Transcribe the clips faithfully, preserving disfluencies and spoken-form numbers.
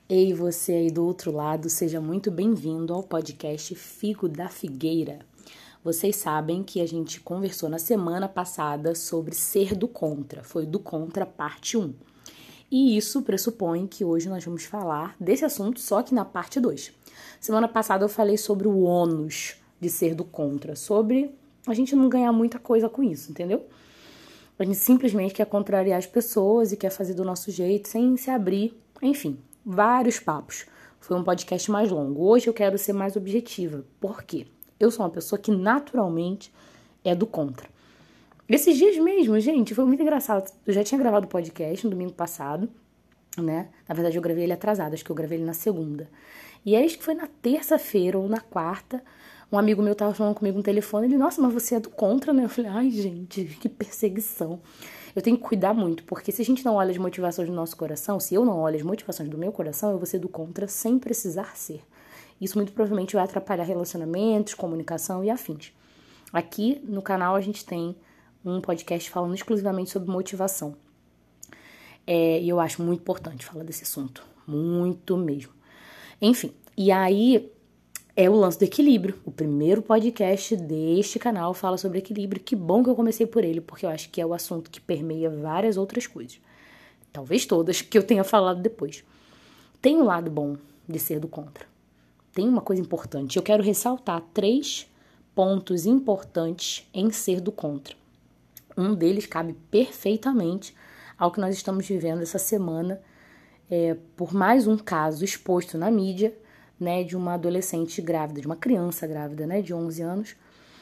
Ei, você aí do outro lado, seja muito bem-vindo ao podcast Figo da Figueira. Vocês sabem que a gente conversou na semana passada sobre ser do contra, foi do contra parte um. E isso pressupõe que hoje nós vamos falar desse assunto, só que na parte dois. Semana passada eu falei sobre o ônus de ser do contra, sobre a gente não ganhar muita coisa com isso, entendeu? A gente simplesmente quer contrariar as pessoas e quer fazer do nosso jeito, sem se abrir, enfim. Vários papos. Foi um podcast mais longo. Hoje eu quero ser mais objetiva. Por quê? Eu sou uma pessoa que naturalmente é do contra. Esses dias mesmo, gente, foi muito engraçado. Eu já tinha gravado o podcast no domingo passado, né? Na verdade eu gravei ele atrasado, acho que eu gravei ele na segunda. E aí acho que foi na terça-feira ou na quarta, um amigo meu tava falando comigo no telefone, ele, nossa, mas você é do contra, né? Eu falei, ai gente, que perseguição. Eu tenho que cuidar muito, porque se a gente não olha as motivações do nosso coração, se eu não olho as motivações do meu coração, eu vou ser do contra sem precisar ser. Isso muito provavelmente vai atrapalhar relacionamentos, comunicação e afins. Aqui no canal a gente tem um podcast falando exclusivamente sobre motivação. É, e eu acho muito importante falar desse assunto, muito mesmo. Enfim, e aí é o lance do equilíbrio. O primeiro podcast deste canal fala sobre equilíbrio. Que bom que eu comecei por ele, porque eu acho que é o assunto que permeia várias outras coisas. Talvez todas, que eu tenha falado depois. Tem um lado bom de ser do contra. Tem uma coisa importante. Eu quero ressaltar três pontos importantes em ser do contra. Um deles cabe perfeitamente ao que nós estamos vivendo essa semana, é, por mais um caso exposto na mídia, né, de uma adolescente grávida, de uma criança grávida, né, de onze anos.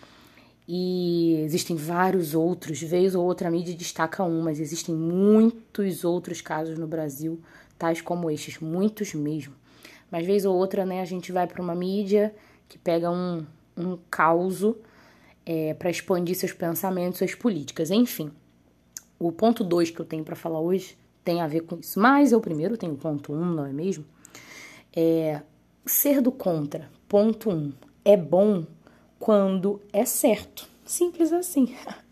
E existem vários outros, vez ou outra a mídia destaca um, mas existem muitos outros casos no Brasil, tais como estes, muitos mesmo. Mas vez ou outra, né, a gente vai para uma mídia que pega um, um causo é, para expandir seus pensamentos, suas políticas, enfim. O ponto dois que eu tenho para falar hoje tem a ver com isso, mas eu primeiro tenho o ponto um, não é mesmo? É... Ser do contra, ponto um, é bom quando é certo. Simples assim.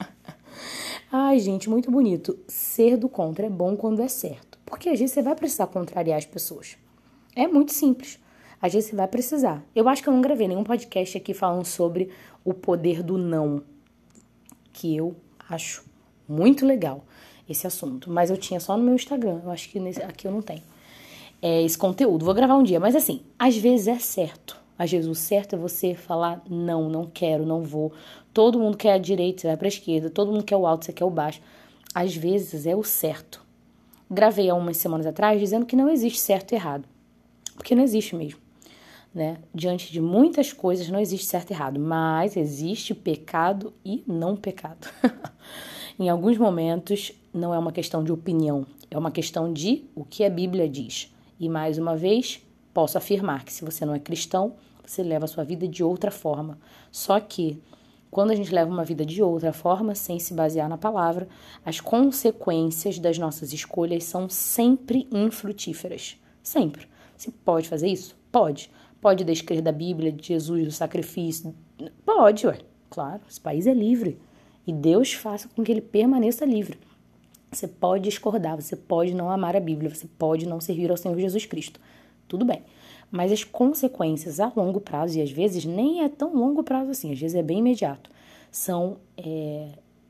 Ai, gente, muito bonito. Ser do contra é bom quando é certo. Porque às vezes você vai precisar contrariar as pessoas. É muito simples. Às vezes você vai precisar. Eu acho que eu não gravei nenhum podcast aqui falando sobre o poder do não. Que eu acho muito legal esse assunto. Mas eu tinha só no meu Instagram. Eu acho que nesse, aqui eu não tenho. É, esse conteúdo, vou gravar um dia, mas assim, às vezes é certo, às vezes o certo é você falar, não, não quero, não vou, todo mundo quer a direita, você vai pra esquerda, todo mundo quer o alto, você quer o baixo, às vezes é o certo. Gravei há umas semanas atrás dizendo que não existe certo e errado, porque não existe mesmo, né, diante de muitas coisas não existe certo e errado, mas existe pecado e não pecado. Em alguns momentos não é uma questão de opinião, é uma questão de o que a Bíblia diz. E mais uma vez, posso afirmar que se você não é cristão, você leva a sua vida de outra forma. Só que, quando a gente leva uma vida de outra forma, sem se basear na palavra, as consequências das nossas escolhas são sempre infrutíferas. Sempre. Você pode fazer isso? Pode. Pode descrer da Bíblia, de Jesus, do sacrifício? Pode, ué. Claro, esse país é livre. E Deus faça com que ele permaneça livre. Você pode discordar, você pode não amar a Bíblia, você pode não servir ao Senhor Jesus Cristo. Tudo bem. Mas as consequências a longo prazo, e às vezes nem é tão longo prazo assim, às vezes é bem imediato, são é,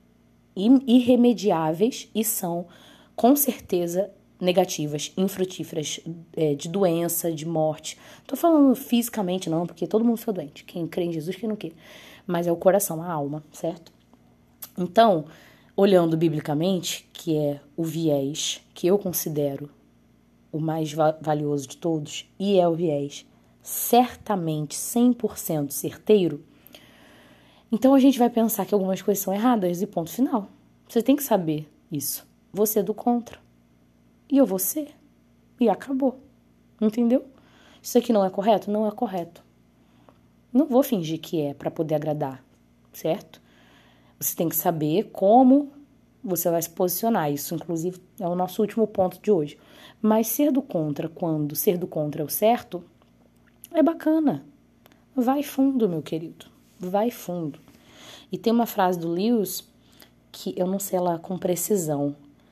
irremediáveis e são, com certeza, negativas, infrutíferas, é, de doença, de morte. Tô falando fisicamente não, porque todo mundo fica doente. Quem crê em Jesus, quem não quer. Mas é o coração, a alma, certo? Então, olhando biblicamente, que é o viés que eu considero o mais valioso de todos, e é o viés certamente cem por cento certeiro, então a gente vai pensar que algumas coisas são erradas e ponto final. Você tem que saber isso. Você é do contra. E eu vou ser. E acabou. Entendeu? Isso aqui não é correto? Não é correto. Não vou fingir que é para poder agradar, certo? Você tem que saber como você vai se posicionar. Isso, inclusive, é o nosso último ponto de hoje. Mas ser do contra, quando ser do contra é o certo, é bacana. Vai fundo, meu querido. Vai fundo. E tem uma frase do Lewis, que eu não sei ela com precisão,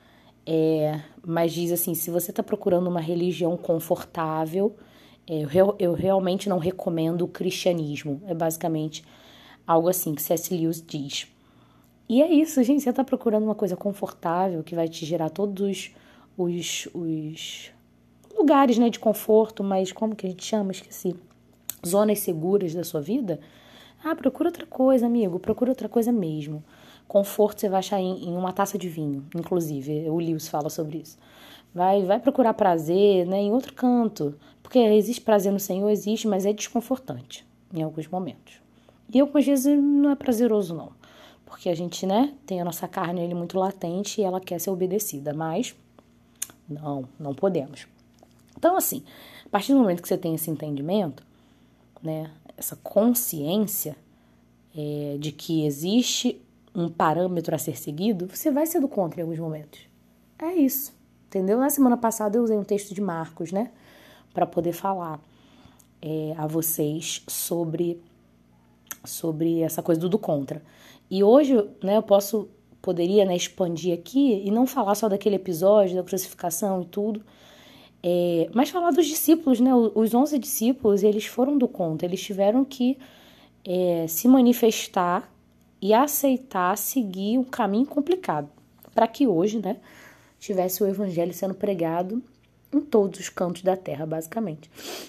É, mas diz assim, se você está procurando uma religião confortável, é, eu, eu realmente não recomendo o cristianismo. É basicamente algo assim que C S. Lewis diz. E é isso, gente. Você está procurando uma coisa confortável que vai te gerar todos os, os lugares, né, de conforto, mas como que a gente chama? Esqueci. Zonas seguras da sua vida? Ah, procura outra coisa, amigo. Procura outra coisa mesmo. Conforto você vai achar em, em uma taça de vinho, inclusive. O Lewis fala sobre isso. Vai, vai procurar prazer, né, em outro canto. Porque existe prazer no Senhor, existe, mas é desconfortante em alguns momentos. E algumas vezes não é prazeroso, não. Porque a gente, né, tem a nossa carne ele muito latente e ela quer ser obedecida. Mas, não, não podemos. Então, assim, a partir do momento que você tem esse entendimento, né, essa consciência é, de que existe um parâmetro a ser seguido, você vai ser do contra em alguns momentos. É isso, entendeu? Na semana passada eu usei um texto de Marcos, né, para poder falar é, a vocês sobre, sobre essa coisa do do contra. E hoje, né, eu posso, poderia, né, expandir aqui e não falar só daquele episódio da crucificação e tudo, é, mas falar dos discípulos, né, os onze discípulos, eles foram do contra, eles tiveram que é, se manifestar e aceitar seguir um caminho complicado, para que hoje, né, tivesse o evangelho sendo pregado em todos os cantos da terra, basicamente.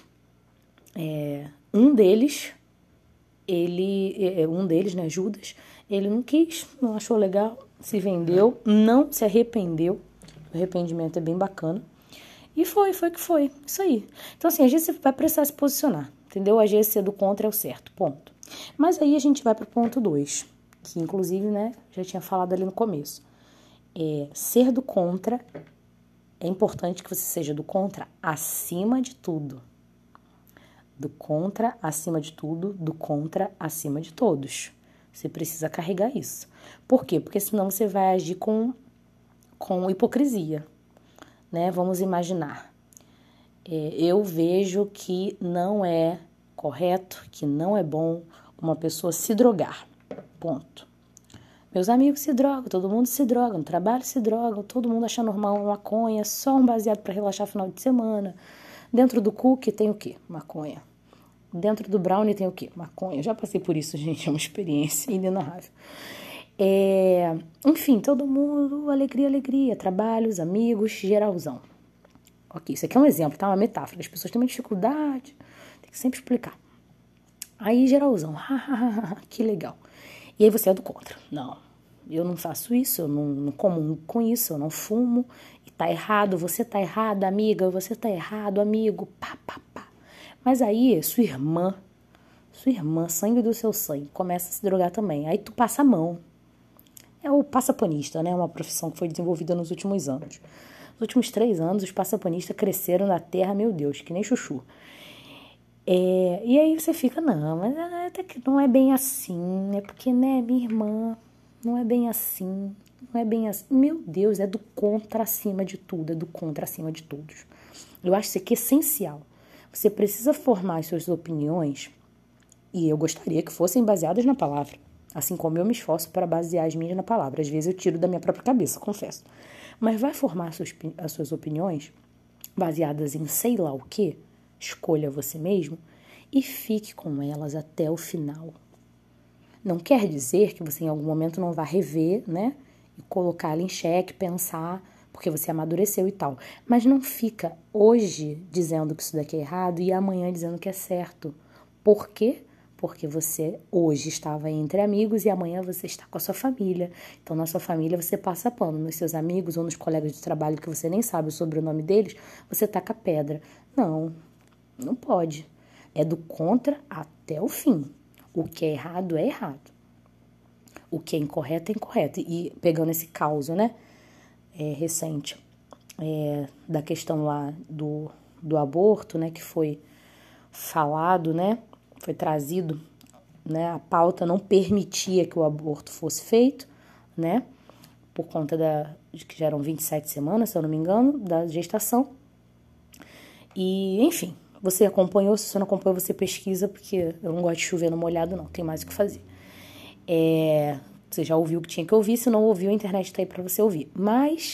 É, um deles, ele, um deles, né, Judas, ele não quis, não achou legal, se vendeu, não se arrependeu, o arrependimento é bem bacana, e foi, foi que foi, isso aí. Então, assim, a gente vai precisar se posicionar, entendeu? A ser do contra é o certo, ponto. Mas aí a gente vai para o ponto dois, que inclusive, né, já tinha falado ali no começo. É, ser do contra, é importante que você seja do contra acima de tudo. Do contra acima de tudo, do contra acima de todos. Você precisa carregar isso. Por quê? Porque senão você vai agir com, com hipocrisia. Né? Vamos imaginar. É, eu vejo que não é correto, que não é bom uma pessoa se drogar. Ponto. Meus amigos se drogam, todo mundo se droga, no trabalho se drogam, todo mundo acha normal uma maconha, só um baseado para relaxar final de semana. Dentro do cookie tem o quê? Maconha. Dentro do brownie tem o quê? Maconha. Eu já passei por isso, gente, é uma experiência inenarrável. É, enfim, todo mundo, alegria, alegria, trabalhos, amigos, geralzão. Ok, isso aqui é um exemplo, tá? Uma metáfora. As pessoas têm uma dificuldade, tem que sempre explicar. Aí, geralzão, que legal. E aí você é do contra. Não, eu não faço isso, eu não, não comungo com isso, eu não fumo. E tá errado, você tá errado, amiga, você tá errado, amigo, pá, pá, pá. Mas aí, sua irmã, sua irmã, sangue do seu sangue, começa a se drogar também. Aí tu passa a mão. É o passapanista, né? Uma profissão que foi desenvolvida nos últimos anos. Nos últimos três anos, os passapanistas cresceram na terra, meu Deus, que nem chuchu. É, e aí você fica, não, mas até que não é bem assim, é porque, né, minha irmã, não é bem assim, não é bem assim. Meu Deus, é do contra acima de tudo, é do contra acima de todos. Eu acho isso aqui essencial. Você precisa formar as suas opiniões, e eu gostaria que fossem baseadas na palavra. Assim como eu me esforço para basear as minhas na palavra. Às vezes eu tiro da minha própria cabeça, confesso. Mas vai formar as suas, as suas opiniões baseadas em sei lá o quê? Escolha você mesmo e fique com elas até o final. Não quer dizer que você em algum momento não vá rever, né? E colocar ela em xeque, pensar, porque você amadureceu e tal. Mas não fica hoje dizendo que isso daqui é errado e amanhã dizendo que é certo. Por quê? Porque você hoje estava entre amigos e amanhã você está com a sua família. Então, na sua família, você passa pano. Nos seus amigos ou nos colegas de trabalho que você nem sabe o sobrenome deles, você taca pedra. Não, não pode. É do contra até o fim. O que é errado é errado. O que é incorreto é incorreto. E pegando esse caos, né, é, recente, é, da questão lá do, do aborto, né, que foi falado, né, foi trazido, né, a pauta não permitia que o aborto fosse feito, né, por conta da, de que já eram vinte e sete semanas, se eu não me engano, da gestação. E, enfim, você acompanhou, se você não acompanhou, você pesquisa, porque eu não gosto de chover no molhado, não, tem mais o que fazer. É, você já ouviu o que tinha que ouvir, se não ouviu, a internet tá aí para você ouvir. Mas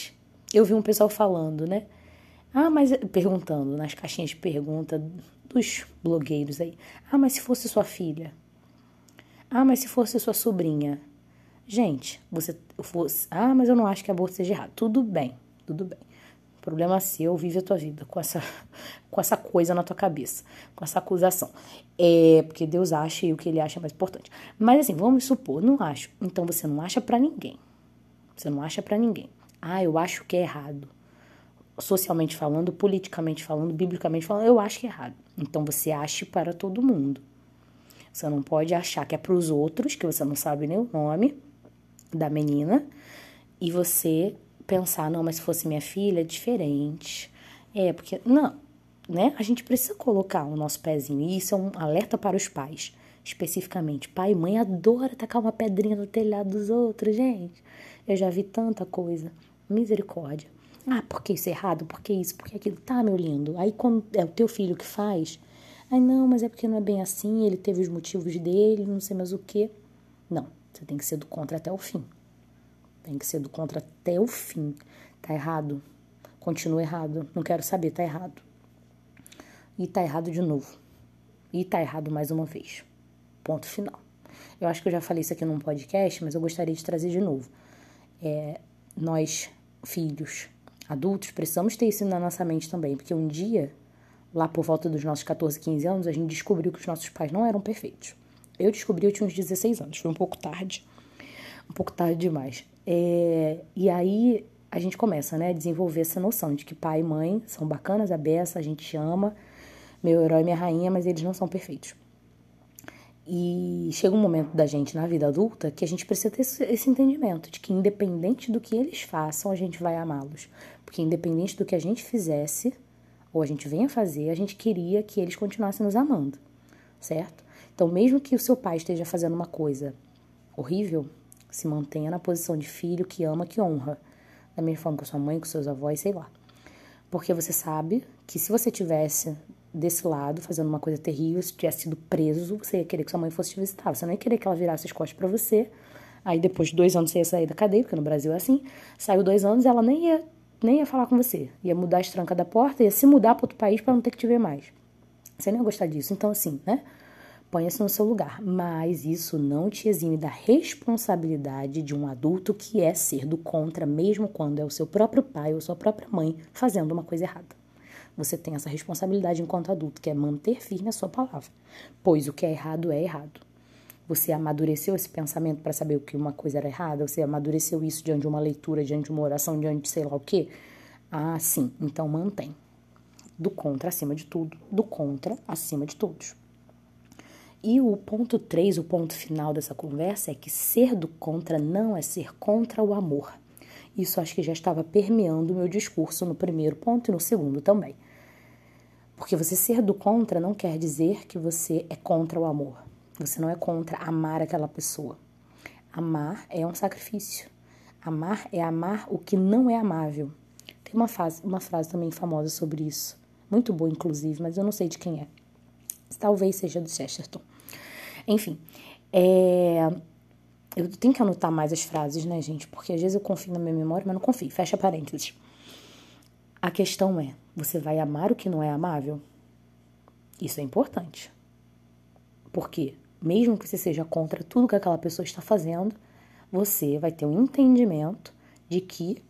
eu vi um pessoal falando, né? Ah, mas perguntando nas caixinhas de pergunta dos blogueiros aí. Ah, mas se fosse sua filha? Ah, mas se fosse sua sobrinha? Gente, você fosse... Ah, mas eu não acho que aborto seja errado. Tudo bem, tudo bem. Problema seu, vive a tua vida com essa, com essa coisa na tua cabeça, com essa acusação. É porque Deus acha e o que ele acha é mais importante. Mas assim, vamos supor, não acho. Então você não acha pra ninguém. Você não acha pra ninguém. Ah, eu acho que é errado. Socialmente falando, politicamente falando, biblicamente falando, eu acho que é errado. Então você acha para todo mundo. Você não pode achar que é pros outros, que você não sabe nem o nome da menina, e você pensar, não, mas se fosse minha filha, é diferente. É, porque, não, né? A gente precisa colocar o nosso pezinho, e isso é um alerta para os pais, especificamente. Pai e mãe adora tacar uma pedrinha no telhado dos outros, gente. Eu já vi tanta coisa. Misericórdia. Ah, por que isso é errado? Por que isso? Por que aquilo? Tá, meu lindo. Aí quando é o teu filho que faz, ai não, mas é porque não é bem assim, ele teve os motivos dele, não sei mais o quê. Não, você tem que ser do contra até o fim. Tem que ser do contra até o fim. Tá errado? Continua errado. Não quero saber, tá errado. E tá errado de novo. E tá errado mais uma vez. Ponto final. Eu acho que eu já falei isso aqui num podcast, mas eu gostaria de trazer de novo. É, nós, filhos, adultos, precisamos ter isso na nossa mente também, porque um dia, lá por volta dos nossos catorze, quinze anos, a gente descobriu que os nossos pais não eram perfeitos. Eu descobri, eu tinha uns dezesseis anos, foi um pouco tarde, um pouco tarde demais. É, e aí a gente começa, né, a desenvolver essa noção de que pai e mãe são bacanas, a beça, a gente ama, meu herói e minha rainha, mas eles não são perfeitos. E chega um momento da gente na vida adulta que a gente precisa ter esse entendimento de que independente do que eles façam, a gente vai amá-los. Porque independente do que a gente fizesse, ou a gente venha fazer, a gente queria que eles continuassem nos amando, certo? Então, mesmo que o seu pai esteja fazendo uma coisa horrível, se mantenha na posição de filho que ama, que honra. Da mesma forma com a sua mãe, com seus avós, sei lá. Porque você sabe que se você tivesse desse lado, fazendo uma coisa terrível, se tivesse sido preso, você ia querer que sua mãe fosse te visitar. Você não ia querer que ela virasse as costas pra você. Aí depois de dois anos você ia sair da cadeia, porque no Brasil é assim. Saiu dois anos, ela nem ia, nem ia falar com você. Ia mudar as trancas da porta, ia se mudar para outro país para não ter que te ver mais. Você não ia gostar disso. Então assim, né? Ponha-se no seu lugar. Mas isso não te exime da responsabilidade de um adulto que é ser do contra, mesmo quando é o seu próprio pai ou sua própria mãe fazendo uma coisa errada. Você tem essa responsabilidade enquanto adulto, que é manter firme a sua palavra. Pois o que é errado é errado. Você amadureceu esse pensamento para saber o que uma coisa era errada? Você amadureceu isso diante de uma leitura, diante de uma oração, diante de sei lá o quê? Ah, sim. Então mantém. Do contra acima de tudo. Do contra acima de todos. E o ponto três, o ponto final dessa conversa é que ser do contra não é ser contra o amor. Isso acho que já estava permeando o meu discurso no primeiro ponto e no segundo também. Porque você ser do contra não quer dizer que você é contra o amor. Você não é contra amar aquela pessoa. Amar é um sacrifício. Amar é amar o que não é amável. Tem uma frase, uma frase também famosa sobre isso. Muito boa, inclusive, mas eu não sei de quem é. Talvez seja do Chesterton. Enfim, é... eu tenho que anotar mais as frases, né, gente? Porque às vezes eu confio na minha memória, mas não confio. Fecha parênteses. A questão é, você vai amar o que não é amável? Isso é importante. Por quê? Mesmo que você seja contra tudo que aquela pessoa está fazendo, você vai ter um entendimento de que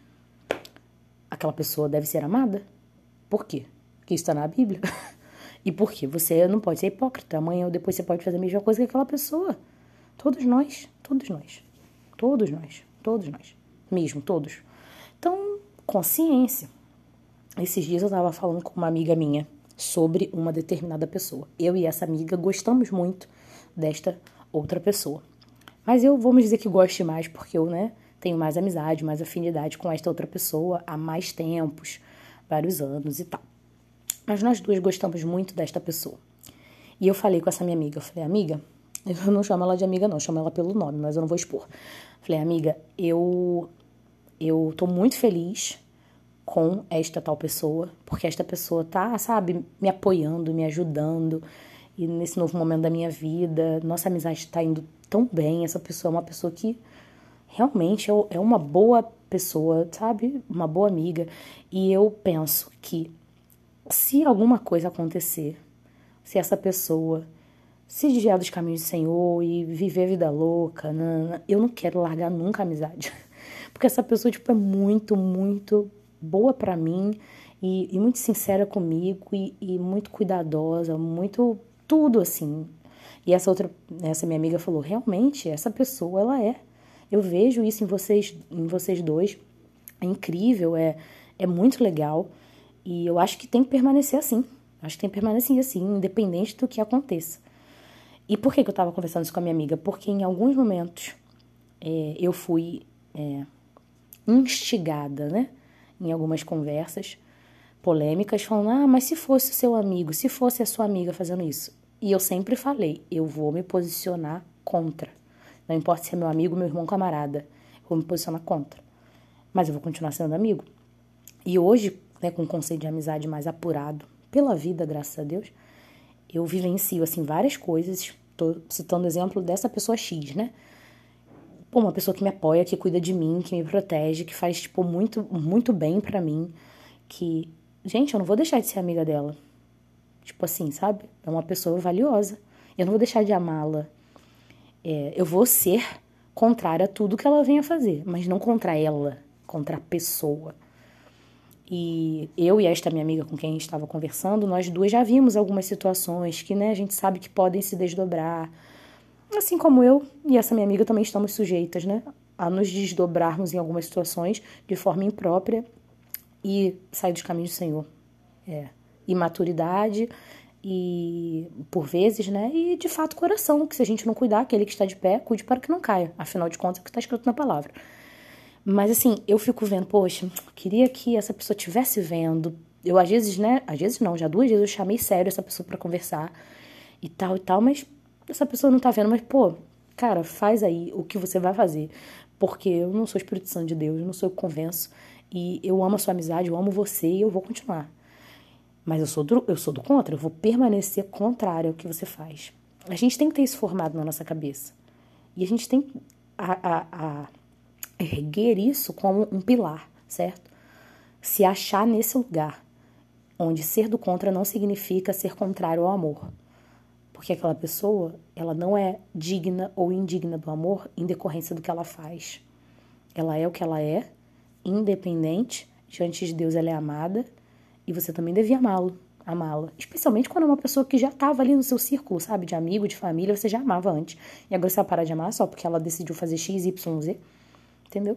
aquela pessoa deve ser amada. Por quê? Porque isso está na Bíblia. E por quê? Você não pode ser hipócrita. Amanhã ou depois você pode fazer a mesma coisa que aquela pessoa. Todos nós, todos nós, todos nós, todos nós, mesmo, todos. Então, consciência. Esses dias eu estava falando com uma amiga minha sobre uma determinada pessoa. Eu e essa amiga gostamos muito desta outra pessoa. Mas eu, vamos dizer que goste mais porque eu, né, tenho mais amizade, mais afinidade com esta outra pessoa há mais tempos, vários anos e tal. Mas nós duas gostamos muito desta pessoa. E eu falei com essa minha amiga, eu falei, amiga, eu não chamo ela de amiga não, eu chamo ela pelo nome, mas eu não vou expor. Falei, amiga, eu, eu tô muito feliz com esta tal pessoa, porque esta pessoa tá, sabe, me apoiando, me ajudando, e nesse novo momento da minha vida, nossa amizade tá indo tão bem, essa pessoa é uma pessoa que realmente é uma boa pessoa, sabe? Uma boa amiga. E eu penso que se alguma coisa acontecer, se essa pessoa se desviar dos caminhos do Senhor e viver a vida louca, nana, eu não quero largar nunca a amizade. Porque essa pessoa, tipo, é muito, muito boa pra mim e, e muito sincera comigo e, e muito cuidadosa, muito tudo, assim. E essa outra, essa minha amiga falou, realmente, essa pessoa, ela é. Eu vejo isso em vocês, em vocês dois. É incrível, é, é muito legal. E eu acho que tem que permanecer assim. Acho que tem que permanecer assim, independente do que aconteça. E por que, que eu tava conversando isso com a minha amiga? Porque em alguns momentos é, eu fui é, instigada, né? Em algumas conversas polêmicas, falando, ah, mas se fosse o seu amigo, se fosse a sua amiga fazendo isso. E eu sempre falei, eu vou me posicionar contra. Não importa se é meu amigo, meu irmão, camarada. Eu vou me posicionar contra. Mas eu vou continuar sendo amigo. E hoje, né, com o conceito de amizade mais apurado pela vida, graças a Deus, eu vivencio, assim, várias coisas. Tô citando o exemplo dessa pessoa X, né? Pô, uma pessoa que me apoia, que cuida de mim, que me protege, que faz, tipo, muito, muito bem pra mim. Que, gente, eu não vou deixar de ser amiga dela. Tipo assim, sabe? É uma pessoa valiosa. Eu não vou deixar de amá-la. É, eu vou ser contrária a tudo que ela venha fazer, mas não contra ela, contra a pessoa. E eu e esta minha amiga com quem a gente estava conversando, nós duas já vimos algumas situações que, né, a gente sabe que podem se desdobrar. Assim como eu e essa minha amiga também estamos sujeitas, né, a nos desdobrarmos em algumas situações de forma imprópria e sair dos caminhos do Senhor. É, imaturidade e, por vezes, né, e de fato coração, que se a gente não cuidar, aquele que está de pé, cuide para que não caia. Afinal de contas, é o que está escrito na palavra. Mas assim, eu fico vendo, poxa, queria que essa pessoa estivesse vendo. Eu às vezes, né, às vezes não, já duas vezes eu chamei sério essa pessoa pra conversar e tal e tal, mas essa pessoa não tá vendo. Mas, pô, cara, faz aí o que você vai fazer. Porque eu não sou Espírito Santo de Deus, eu não sou eu que convenço. E eu amo a sua amizade, eu amo você e eu vou continuar. Mas eu sou do, eu sou do contra, eu vou permanecer contrária ao que você faz. A gente tem que ter isso formado na nossa cabeça. E a gente tem a... a, a erguer isso como um pilar, certo? Se achar nesse lugar, onde ser do contra não significa ser contrário ao amor. Porque aquela pessoa, ela não é digna ou indigna do amor em decorrência do que ela faz. Ela é o que ela é, independente, diante de Deus ela é amada, e você também devia amá-lo, amá-la. Especialmente quando é uma pessoa que já estava ali no seu círculo, sabe? De amigo, de família, você já amava antes. E agora você vai parar de amar só porque ela decidiu fazer X, Y, Z. Entendeu?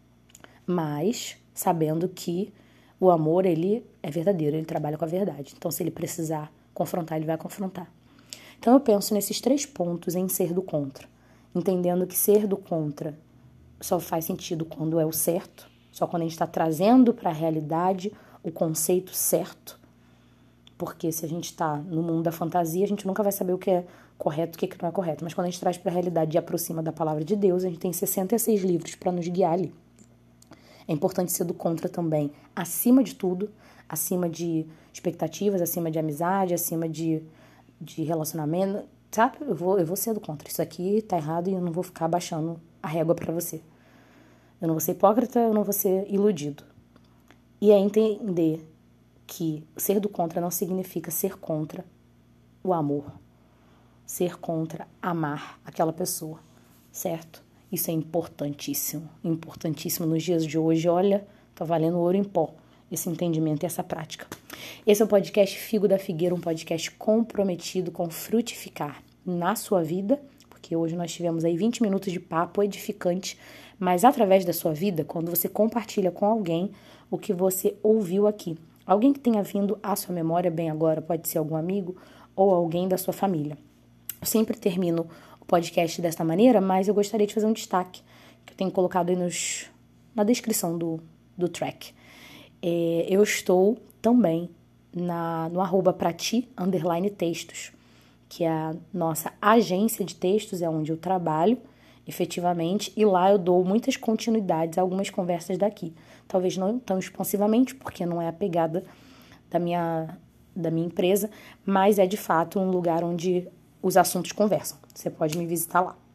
Mas sabendo que o amor, ele é verdadeiro, ele trabalha com a verdade. Então, se ele precisar confrontar, ele vai confrontar. Então, eu penso nesses três pontos em ser do contra. Entendendo que ser do contra só faz sentido quando é o certo, só quando a gente está trazendo para a realidade o conceito certo. Porque se a gente está no mundo da fantasia, a gente nunca vai saber o que é correto e o que não é correto. Mas quando a gente traz para a realidade e aproxima da palavra de Deus, a gente tem sessenta e seis livros para nos guiar ali. É importante ser do contra também, acima de tudo, acima de expectativas, acima de amizade, acima de, de relacionamento, sabe? Eu vou, eu vou ser do contra. Isso aqui tá errado e eu não vou ficar abaixando a régua para você. Eu não vou ser hipócrita, eu não vou ser iludido. E é entender que ser do contra não significa ser contra o amor. Ser contra amar aquela pessoa, certo? Isso é importantíssimo, importantíssimo nos dias de hoje. Olha, tá valendo ouro em pó, esse entendimento e essa prática. Esse é o podcast Figo da Figueira, um podcast comprometido com frutificar na sua vida, porque hoje nós tivemos aí vinte minutos de papo edificante, mas através da sua vida, quando você compartilha com alguém o que você ouviu aqui. Alguém que tenha vindo à sua memória bem agora, pode ser algum amigo ou alguém da sua família. Eu sempre termino o podcast desta maneira, mas eu gostaria de fazer um destaque, que eu tenho colocado aí nos, na descrição do, do track. É, eu estou também na, no arroba prati, underline textos, que é a nossa agência de textos, é onde eu trabalho efetivamente, e lá eu dou muitas continuidades a algumas conversas daqui. Talvez não tão expansivamente, porque não é a pegada da minha, da minha empresa, mas é de fato um lugar onde os assuntos conversam. Você pode me visitar lá.